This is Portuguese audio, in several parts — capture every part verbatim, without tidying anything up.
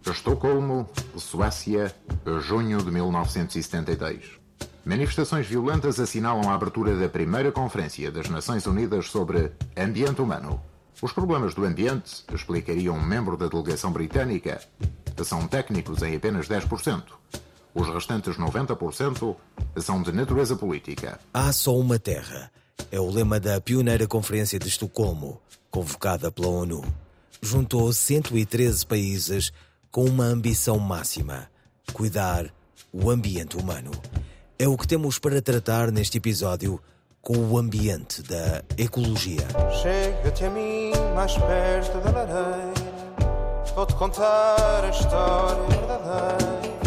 Estocolmo, Suécia, junho de mil novecentos e setenta e dois. Manifestações violentas assinalam a abertura da primeira Conferência das Nações Unidas sobre Ambiente Humano. Os problemas do ambiente, explicaria um membro da delegação britânica, são técnicos em apenas dez por cento. Os restantes noventa por cento são de natureza política. Há só uma terra. É o lema da pioneira Conferência de Estocolmo, convocada pela ONU. Juntou cento e treze países com uma ambição máxima: cuidar o ambiente humano. É o que temos para tratar neste episódio com o ambiente da ecologia. Chega-te a mim mais perto da lareira, vou-te contar a história verdadeira.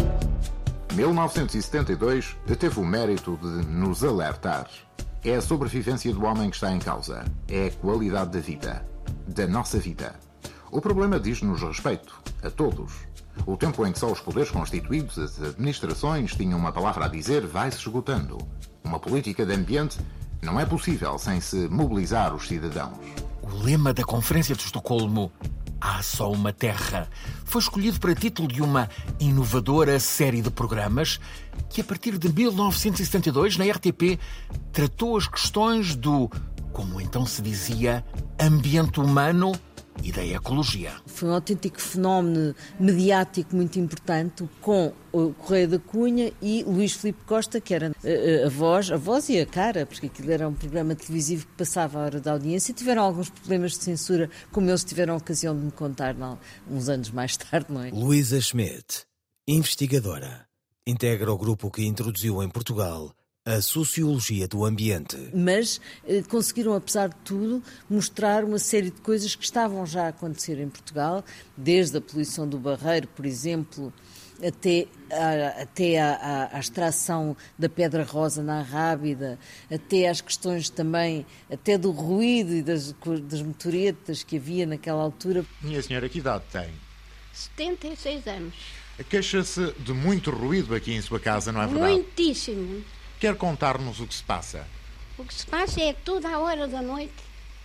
mil novecentos e setenta e dois teve o mérito de nos alertar. É a sobrevivência do homem que está em causa. É a qualidade da vida. Da nossa vida. O problema diz-nos respeito. A todos. O tempo em que só os poderes constituídos, as administrações, tinham uma palavra a dizer, vai-se esgotando. Uma política de ambiente não é possível sem se mobilizar os cidadãos. O lema da Conferência de Estocolmo, Há Só Uma Terra, foi escolhido para título de uma inovadora série de programas que, a partir de mil novecentos e setenta e dois, na R T P, tratou as questões do, como então se dizia, ambiente humano e da ecologia. Foi um autêntico fenómeno mediático muito importante, com o Correia da Cunha e Luís Filipe Costa, que era a, a voz, a voz e a cara, porque aquilo era um programa televisivo que passava a hora da audiência, e tiveram alguns problemas de censura, como eles tiveram a ocasião de me contar não, uns anos mais tarde, não é? Luísa Schmidt, investigadora, integra o grupo que introduziu em Portugal a sociologia do ambiente. Mas eh, conseguiram, apesar de tudo, mostrar uma série de coisas que estavam já a acontecer em Portugal, desde a poluição do Barreiro, por exemplo, até, a, até a, a, a extração da pedra rosa na Arrábida, até às questões também, até do ruído e das, das motoretas que havia naquela altura. Minha senhora, que idade tem? setenta e seis anos. Queixa-se de muito ruído aqui em sua casa, não é verdade? Muitíssimo. Quer contar-nos o que se passa? O que se passa é que toda a hora da noite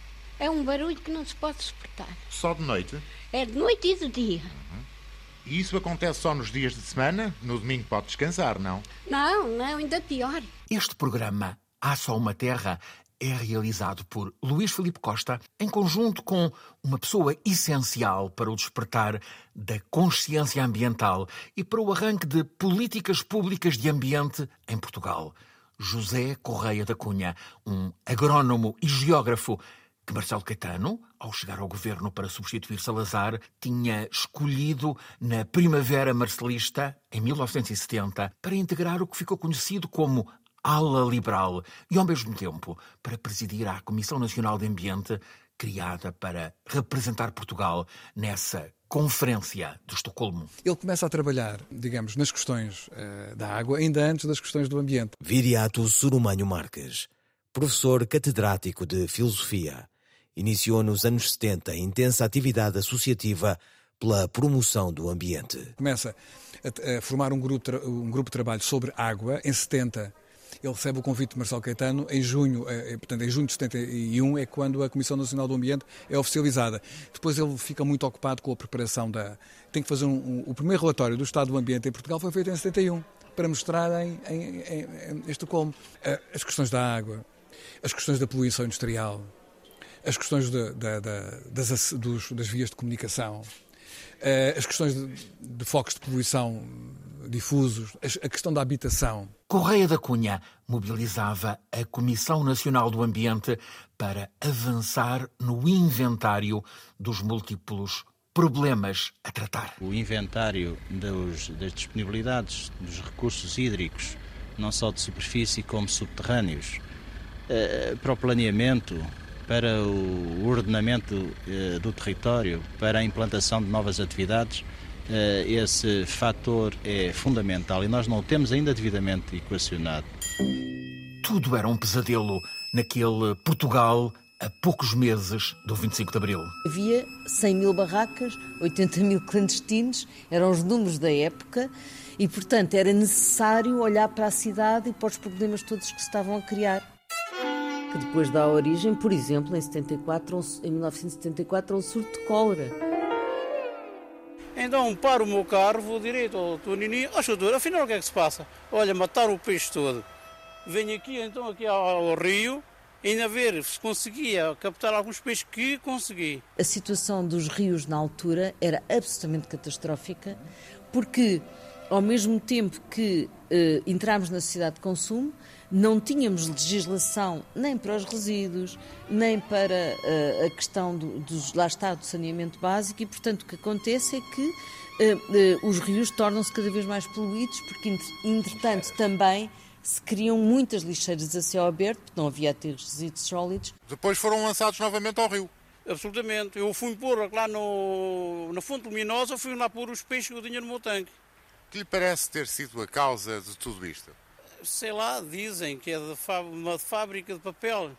é um barulho que não se pode suportar. Só de noite? É de noite e de dia. Uhum. E isso acontece só nos dias de semana? No domingo pode descansar, não? Não, não, ainda pior. Este programa, Há Só Uma Terra, é realizado por Luís Filipe Costa em conjunto com uma pessoa essencial para o despertar da consciência ambiental e para o arranque de políticas públicas de ambiente em Portugal. José Correia da Cunha, um agrónomo e geógrafo que Marcelo Caetano, ao chegar ao governo para substituir Salazar, tinha escolhido na Primavera Marcelista, em mil novecentos e setenta, para integrar o que ficou conhecido como ala liberal e, ao mesmo tempo, para presidir a Comissão Nacional de Ambiente, criada para representar Portugal nessa Conferência de Estocolmo. Ele começa a trabalhar, digamos, nas questões uh, da água, ainda antes das questões do ambiente. Viriato Sorumânio Marques, professor catedrático de Filosofia, iniciou nos anos setenta intensa atividade associativa pela promoção do ambiente. Começa a, a formar um grupo, um grupo de trabalho sobre água. Em setenta, ele recebe o convite de Marcelo Caetano. Em junho, é, portanto, em junho de setenta e um é quando a Comissão Nacional do Ambiente é oficializada. Depois ele fica muito ocupado com a preparação da... Tem que fazer um, um, o primeiro relatório do estado do ambiente em Portugal foi feito em setenta e um, para mostrar em, em, em, em Estocolmo as questões da água, as questões da poluição industrial, as questões de, de, de, das, dos, das vias de comunicação, as questões de, de focos de poluição difusos, a questão da habitação. Correia da Cunha mobilizava a Comissão Nacional do Ambiente para avançar no inventário dos múltiplos problemas a tratar. O inventário dos, das disponibilidades dos recursos hídricos, não só de superfície como subterrâneos, para o planeamento, para o ordenamento do território, para a implantação de novas atividades, esse fator é fundamental e nós não o temos ainda devidamente equacionado. Tudo era um pesadelo naquele Portugal a poucos meses do vinte e cinco de Abril. Havia cem mil barracas, oitenta mil clandestinos, eram os números da época e, portanto, era necessário olhar para a cidade e para os problemas todos que se estavam a criar. Que depois dá origem, por exemplo, em, setenta e quatro, em mil novecentos e setenta e quatro, ao surto de cólera. Então paro o meu carro, vou direito ao Tonini, ó doutor, afinal o que é que se passa? Olha, mataram o peixe todo. Venho aqui então aqui ao, ao rio, ainda ver se conseguia captar alguns peixes, que consegui. A situação dos rios na altura era absolutamente catastrófica, porque ao mesmo tempo que eh, entramos na sociedade de consumo, não tínhamos legislação nem para os resíduos, nem para uh, a questão do, dos, lá está, do saneamento básico, e, portanto, o que acontece é que uh, uh, os rios tornam-se cada vez mais poluídos, porque, entretanto, também se criam muitas lixeiras a céu aberto, porque não havia aterros de resíduos sólidos. Depois foram lançados novamente ao rio. Absolutamente. Eu fui pôr lá no, na fonte luminosa, fui lá pôr os peixes que eu tinha no meu tanque. O que lhe parece ter sido a causa de tudo isto? Sei lá, dizem que é de uma fábrica de papel,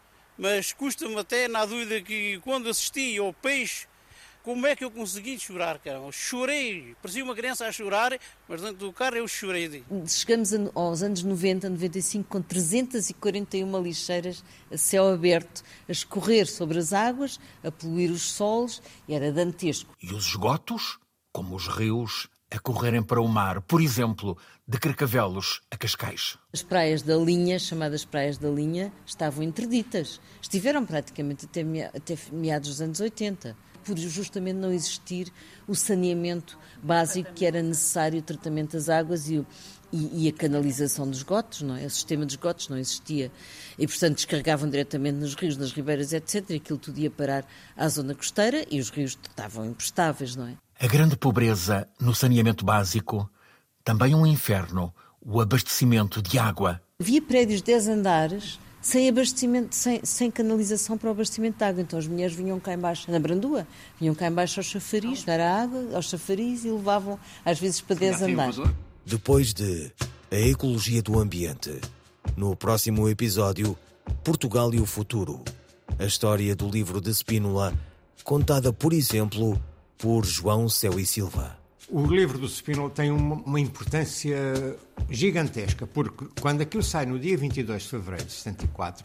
mas custa-me até na dúvida que quando assisti ao peixe, como é que eu consegui chorar, cara? Eu chorei, parecia uma criança a chorar, mas dentro do carro eu chorei. Chegamos aos anos noventa, noventa e cinco, com trezentas e quarenta e uma lixeiras a céu aberto, a escorrer sobre as águas, a poluir os solos, e era dantesco. E os esgotos, como os rios, a correrem para o mar, por exemplo, de Carcavelos a Cascais. As praias da linha, chamadas praias da linha, estavam interditas. Estiveram praticamente até, até meados dos anos oitenta, por justamente não existir o saneamento básico que era necessário, o tratamento das águas e, o, e, e a canalização dos esgotos, não é? O sistema de esgotos não existia. E, portanto, descarregavam diretamente nos rios, nas ribeiras, etcétera. E aquilo tudo ia parar à zona costeira e os rios estavam imprestáveis, não é? A grande pobreza no saneamento básico, também um inferno, o abastecimento de água. Havia prédios de dez andares sem abastecimento, sem, sem canalização para o abastecimento de água. Então as mulheres vinham cá embaixo, na Brandua, vinham cá embaixo aos chafariz, dar a água aos chafariz e levavam às vezes para dez andares. Depois de A Ecologia do Ambiente, no próximo episódio, Portugal e o Futuro. A história do livro de Spínola, contada, por exemplo, por João Céu e Silva. O livro do Spínola tem uma, uma importância gigantesca, porque quando aquilo sai no dia vinte e dois de fevereiro de setenta e quatro,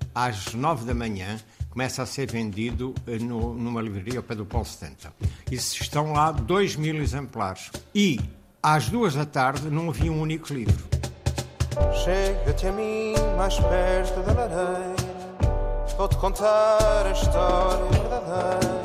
às nove da manhã, começa a ser vendido no, numa livraria ao pé do Paulo setenta. E estão lá dois mil exemplares. E às duas da tarde não havia um único livro. Chega-te a mim mais perto da lareira, vou-te contar a história verdadeira.